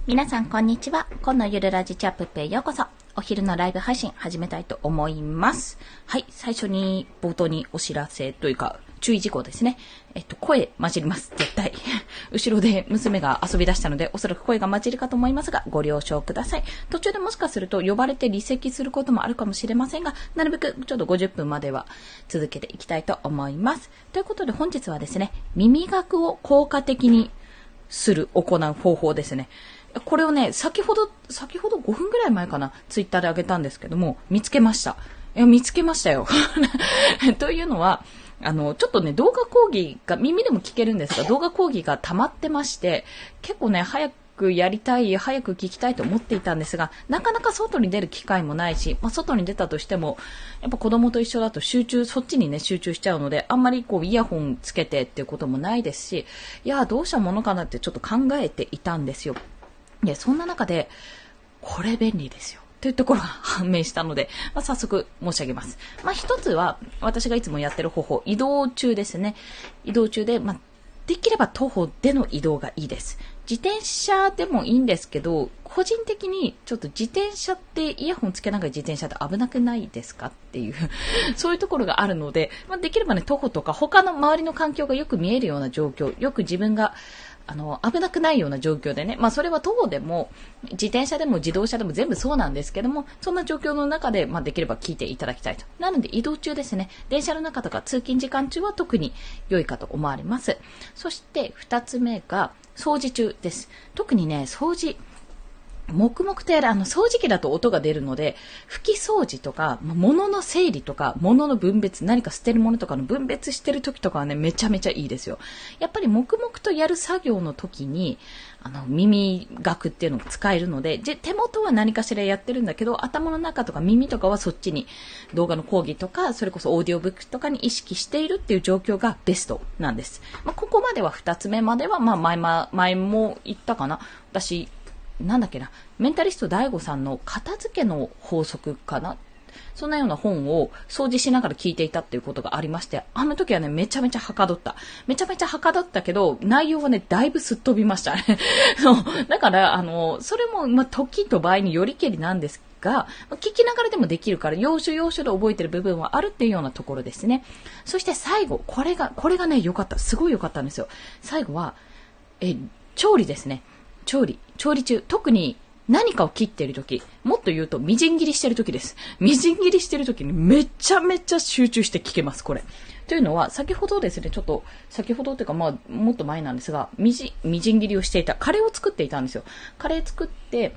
皆さんこんにちは。今のゆるラジチャップペへようこそ。お昼のライブ配信始めたいと思います。はい、最初に冒頭にお知らせというか注意事項ですね。声混じります。絶対。後ろで娘が遊び出したので、おそらく声が混じるかと思いますが、ご了承ください。途中でもしかすると呼ばれて離席することもあるかもしれませんが、なるべくちょっと50分までは続けていきたいと思います。ということで本日はですね、耳学を効果的に行う方法ですね。これをね、先ほど5分ぐらい前かな、ツイッターで上げたんですけども、見つけました。見つけましたよ。というのは、ちょっとね、動画講義が、耳でも聞けるんですが、動画講義が溜まってまして、結構ね、早くやりたい、早く聞きたいと思っていたんですが、なかなか外に出る機会もないし、外に出たとしても、やっぱ子供と一緒だとそっちにね、集中しちゃうので、あんまりイヤホンつけてっていうこともないですし、いや、どうしたものかなってちょっと考えていたんですよ。で、そんな中で、これ便利ですよ。というところが判明したので、早速申し上げます。一つは、私がいつもやってる方法、移動中ですね。移動中で、できれば徒歩での移動がいいです。自転車でもいいんですけど、個人的にちょっと自転車ってイヤホンつけながら自転車って危なくないですかっていう、そういうところがあるので、できればね、徒歩とか他の周りの環境がよく見えるような状況、よく自分が危なくないような状況でね。それは徒歩でも、自転車でも自動車でも全部そうなんですけども、そんな状況の中で、できれば聞いていただきたいと。なので移動中ですね。電車の中とか通勤時間中は特に良いかと思われます。そして二つ目が、掃除中です。特にね、掃除。黙々とやる、掃除機だと音が出るので、拭き掃除とか、物の整理とか、物の分別、何か捨てるものとかの分別してる時とかはね、めちゃめちゃいいですよ。やっぱり黙々とやる作業の時に、耳学っていうのが使えるので、手元は何かしらやってるんだけど、頭の中とか耳とかはそっちに動画の講義とか、それこそオーディオブックとかに意識しているっていう状況がベストなんです。ここまでは二つ目までは、前も言ったかな。私、メンタリスト DAIGO さんの片付けの法則かな、そんなような本を掃除しながら聞いていたっていうことがありまして、あの時はね、めちゃめちゃはかどった。めちゃめちゃはかどったけど、内容はね、だいぶすっ飛びましたね。そう。だから、それも、時と場合によりけりなんですが、聞きながらでもできるから、要所要所で覚えてる部分はあるっていうようなところですね。そして最後、これがね、良かった。すごい良かったんですよ。最後は、調理ですね。調理中、特に何かを切っているとき、もっと言うと、みじん切りしているときです。みじん切りしているときにめちゃめちゃ集中して聞けます、これ。というのは、先ほどですね、先ほどというか、もっと前なんですが、みじん切りをしていた、カレーを作っていたんですよ。カレー作って、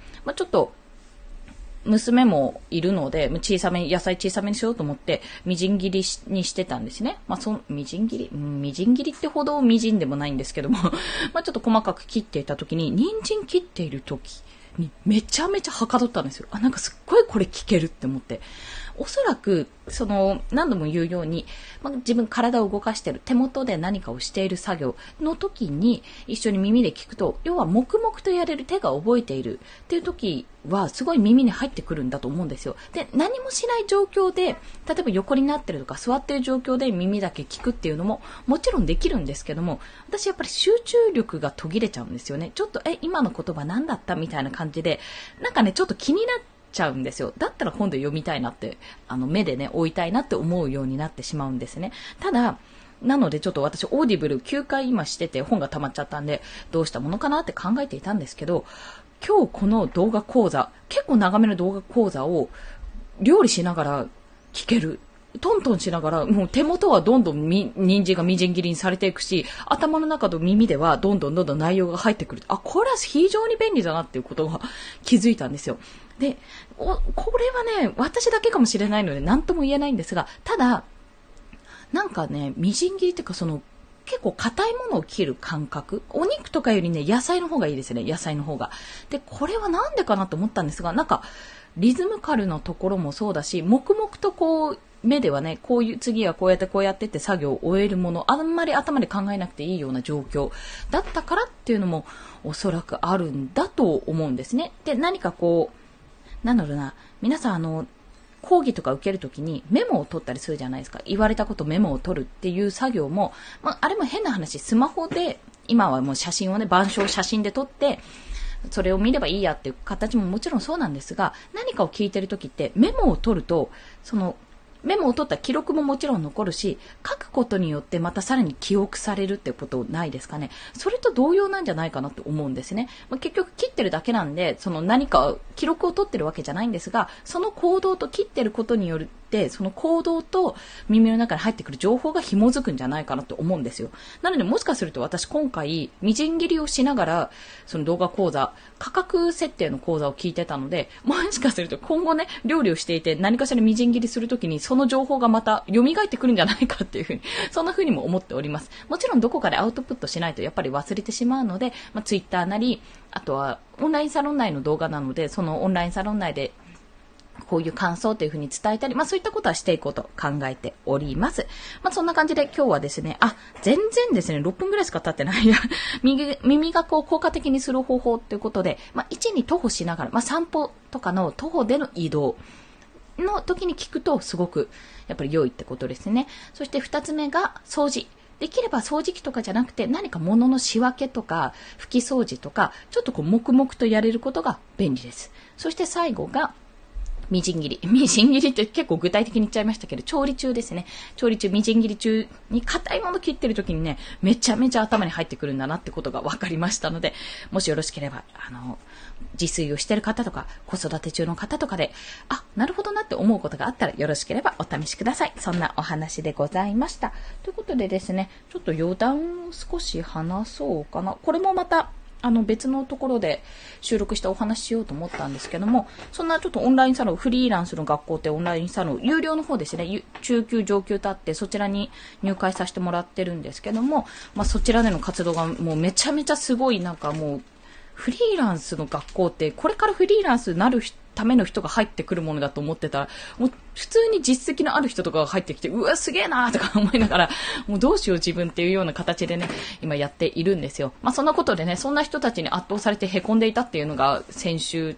ちょっと、娘もいるので、野菜小さめにしようと思って、みじん切りにしてたんですね。みじん切りってほどみじんでもないんですけども、ちょっと細かく切っていた時に、人参切っている時にめちゃめちゃはかどったんですよ。なんかすっごいこれ聞けるって思って。おそらく、何度も言うように、自分体を動かしている、手元で何かをしている作業の時に一緒に耳で聞くと、要は黙々とやれる、手が覚えているっていう時はすごい耳に入ってくるんだと思うんですよ。で、何もしない状況で、例えば横になってるとか座ってる状況で耳だけ聞くっていうのももちろんできるんですけども、私やっぱり集中力が途切れちゃうんですよね。ちょっと、今の言葉何だったみたいな感じで、ちょっと気になってちゃうんですよ。だったら本で読みたいなって、目でね、追いたいなって思うようになってしまうんですね。ただ、なのでちょっと私、オーディブル9回今してて本が溜まっちゃったんで、どうしたものかなって考えていたんですけど、今日この動画講座、結構長めの動画講座を料理しながら聞ける。トントンしながら、もう手元はどんどん人参がみじん切りにされていくし、頭の中と耳ではどんどん内容が入ってくる。これは非常に便利だなっていうことが気づいたんですよ。で、これはね、私だけかもしれないので何とも言えないんですが、ただ、みじん切りっていうか結構硬いものを切る感覚、お肉とかよりね、野菜の方がいいですね、野菜の方が。で、これはなんでかなと思ったんですが、リズムカルのところもそうだし、黙々と目ではね、次はこうやってって作業を終えるもの、あんまり頭で考えなくていいような状況だったからっていうのもおそらくあるんだと思うんですね。で、皆さん講義とか受けるときにメモを取ったりするじゃないですか。言われたことメモを取るっていう作業も、あれも変な話、スマホで、今はもう写真をね、板書を写真で撮って、 それを見ればいいやっていう形ももちろんそうなんですが、何かを聞いてるときってメモを取ると、そのメモを取った記録ももちろん残るし、書くことによってまたさらに記憶されるってことないですかね。それと同様なんじゃないかなと思うんですね。結局切ってるだけなんで、その何か記録を取ってるわけじゃないんですが、その行動と切ってることによって、その行動と耳の中に入ってくる情報が紐づくんじゃないかなと思うんですよ。なのでもしかすると私今回みじん切りをしながらその動画講座、価格設定の講座を聞いてたので、もしかすると今後ね、料理をしていて何かしらみじん切りするときにその情報がまた蘇ってくるんじゃないかっていうふうに、そんなふうにも思っております。もちろんどこかでアウトプットしないとやっぱり忘れてしまうので、ツイッターなり、あとはオンラインサロン内の動画なので、そのオンラインサロン内でこういう感想というふうに伝えたり、そういったことはしていこうと考えております。そんな感じで今日はですね、全然ですね、6分ぐらいしか経ってない。耳がこう効果的にする方法ということで、1に徒歩しながら、散歩とかの徒歩での移動の時に聞くとすごくやっぱり良いってことですね。そして2つ目が掃除。できれば掃除機とかじゃなくて何か物の仕分けとか拭き掃除とかちょっとこう黙々とやれることが便利です。そして最後がみじん切り。みじん切りって結構具体的に言っちゃいましたけど、調理中ですね。調理中、みじん切り中に硬いもの切ってる時にね、めちゃめちゃ頭に入ってくるんだなってことが分かりましたので、もしよろしければ、自炊をしてる方とか、子育て中の方とかで、なるほどなって思うことがあったらよろしければお試しください。そんなお話でございました。ということでですね、ちょっと余談を少し話そうかな。これもまた、別のところで収録したお話しようと思ったんですけども、そんなちょっとオンラインサロン、フリーランスの学校ってオンラインサロン、有料の方ですね、中級、上級とあって、そちらに入会させてもらってるんですけども、そちらでの活動がもうめちゃめちゃすごい、なんかもう、フリーランスの学校って、これからフリーランスになるための人が入ってくるものだと思ってたら、もう普通に実績のある人とかが入ってきて、うわ、すげえなーとか思いながら、もうどうしよう自分っていうような形でね、今やっているんですよ。そんなことでね、そんな人たちに圧倒されて凹んでいたっていうのが、先週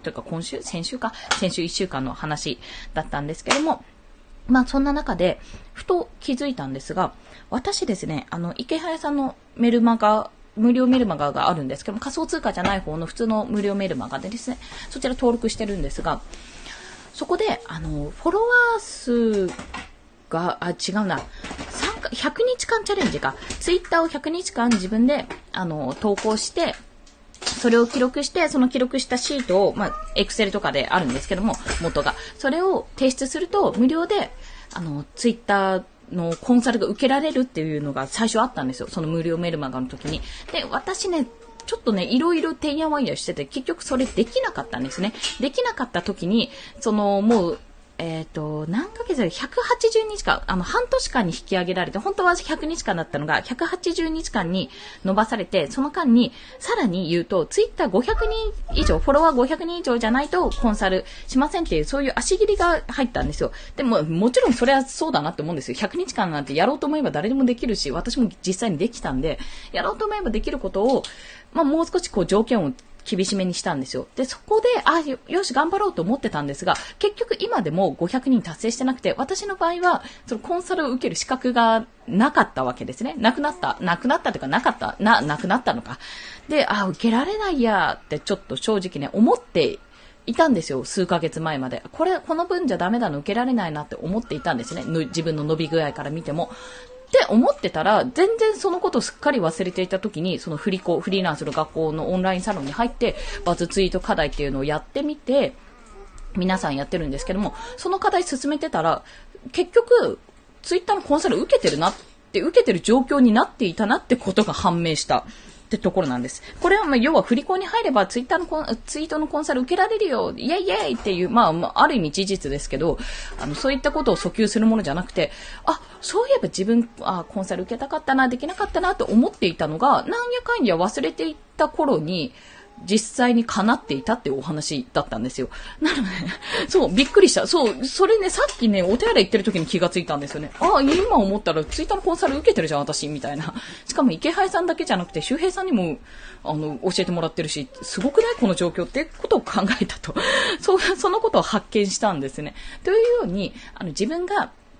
1週間の話だったんですけども、そんな中で、ふと気づいたんですが、私ですね、池早さんの無料メルマガがあるんですけども、仮想通貨じゃない方の普通の無料メルマガでですね、そちら登録してるんですが、そこで、フォロワー数が、違うな、100日間チャレンジか、ツイッターを100日間自分で、投稿して、それを記録して、その記録したシートを、エクセルとかであるんですけども、元が。それを提出すると、無料で、ツイッター、のコンサルが受けられるっていうのが最初あったんですよ。その無料メルマガの時に。で、私ね、ちょっとね、いろいろてんやわんやしてて、結局それできなかったんですね。できなかった時に、もう、何ヶ月で180日間、半年間に引き上げられて、本当は100日間だったのが、180日間に伸ばされて、その間に、さらに言うと、ツイッター500人以上、フォロワー500人以上じゃないとコンサルしませんっていう、そういう足切りが入ったんですよ。でも、もちろんそれはそうだなって思うんですよ。100日間なんてやろうと思えば誰でもできるし、私も実際にできたんで、やろうと思えばできることを、もう少しこう条件を厳しめにしたんですよ。で、そこで、よし、頑張ろうと思ってたんですが、結局今でも500人達成してなくて、私の場合は、そのコンサルを受ける資格がなかったわけですね。なくなったというかなくなったのか。で、受けられないやってちょっと正直ね、思っていたんですよ。数ヶ月前まで。この分じゃダメだの、受けられないなって思っていたんですね。自分の伸び具合から見ても。って思ってたら、全然そのことをすっかり忘れていた時に、そのフリーランスの学校のオンラインサロンに入って、バズツイート課題っていうのをやってみて、皆さんやってるんですけども、その課題進めてたら、結局、ツイッターのコンサル受けてる状況になっていたなってことが判明した。ってところなんです。これは要は振り子に入ればツイートのコンサル受けられるよ、イエイイエイっていう、ある意味事実ですけど、そういったことを訴求するものじゃなくて、そういえば自分、コンサル受けたかったな、できなかったなと思っていたのが、なんやかんや忘れていった頃に、実際に叶っていたっていうお話だったんですよ。なので、そう、びっくりした。そう、それね、さっきね、お手洗い行ってる時に気がついたんですよね。今思ったらツイッターのコンサル受けてるじゃん、私、みたいな。しかも池原さんだけじゃなくて、周平さんにも、教えてもらってるし、すごくないこの状況ってことを考えたと。そのことを発見したんですね。というように、自分が、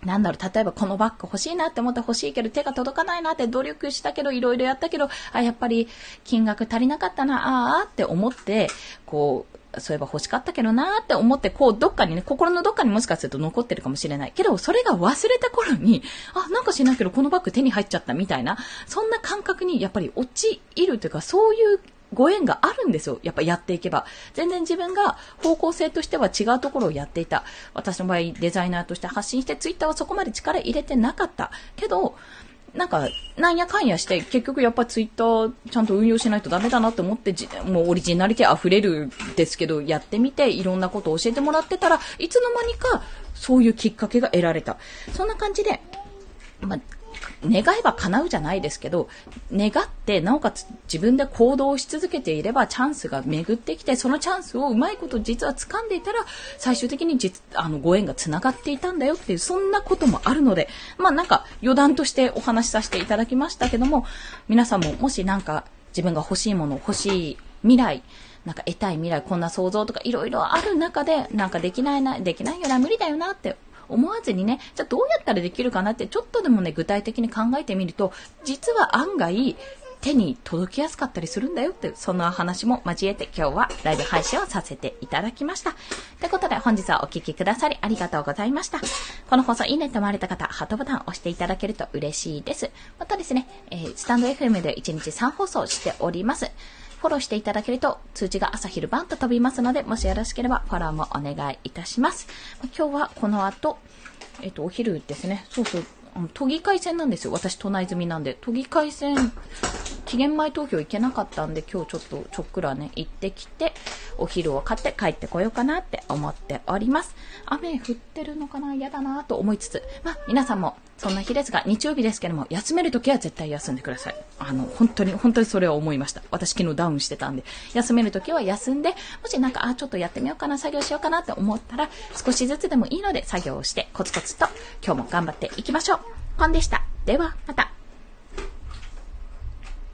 なんだろう、例えばこのバッグ欲しいなって思ったら欲しいけど手が届かないなって努力したけどいろいろやったけど、やっぱり金額足りなかったな、って思って、こう、そういえば欲しかったけどなって思って、こう、どっかにね、心のどっかにもしかすると残ってるかもしれない。けど、それが忘れた頃に、なんか知らないけどこのバッグ手に入っちゃったみたいな、そんな感覚にやっぱり陥るというか、そういうご縁があるんですよ。やっぱやっていけば。全然自分が方向性としては違うところをやっていた。私の場合デザイナーとして発信してツイッターはそこまで力入れてなかった。けど、なんか、なんやかんやして、結局やっぱツイッターちゃんと運用しないとダメだなって思って、もうオリジナリティ溢れるですけど、やってみていろんなことを教えてもらってたら、いつの間にかそういうきっかけが得られた。そんな感じで、願えば叶うじゃないですけど、願ってなおかつ自分で行動し続けていればチャンスが巡ってきて、そのチャンスをうまいこと実は掴んでいたら最終的にご縁がつながっていたんだよっていう、そんなこともあるので、なんか余談としてお話しさせていただきましたけども、皆さんももしなんか自分が欲しいもの、欲しい未来、なんか得たい未来、こんな想像とかいろいろある中で、なんかできないよな、無理だよなって思わずにね、じゃあどうやったらできるかなってちょっとでもね、具体的に考えてみると、実は案外手に届きやすかったりするんだよって、そんな話も交えて今日はライブ配信をさせていただきました。ということで本日はお聞きくださりありがとうございました。この放送いいねと思われた方、ハートボタンを押していただけると嬉しいです。またですね、スタンド FM で1日3放送しております。フォローしていただけると通知が朝昼晩と飛びますので、もしよろしければフォローもお願いいたします。今日はこの後、お昼ですね。都議会選なんですよ。私都内済みなんで。都議会選、期限前投票行けなかったんで、今日ちょっとちょっくらね、行ってきて、お昼を買って帰ってこようかなって思っております。雨降ってるのかな、嫌だなと思いつつ、皆さんもそんな日ですが、日曜日ですけども、休めるときは絶対休んでください。本当にそれは思いました。私昨日ダウンしてたんで、休めるときは休んで、もしなんか、ちょっとやってみようかな、作業しようかなって思ったら、少しずつでもいいので作業をして、コツコツと今日も頑張っていきましょう。コンでした。では、また。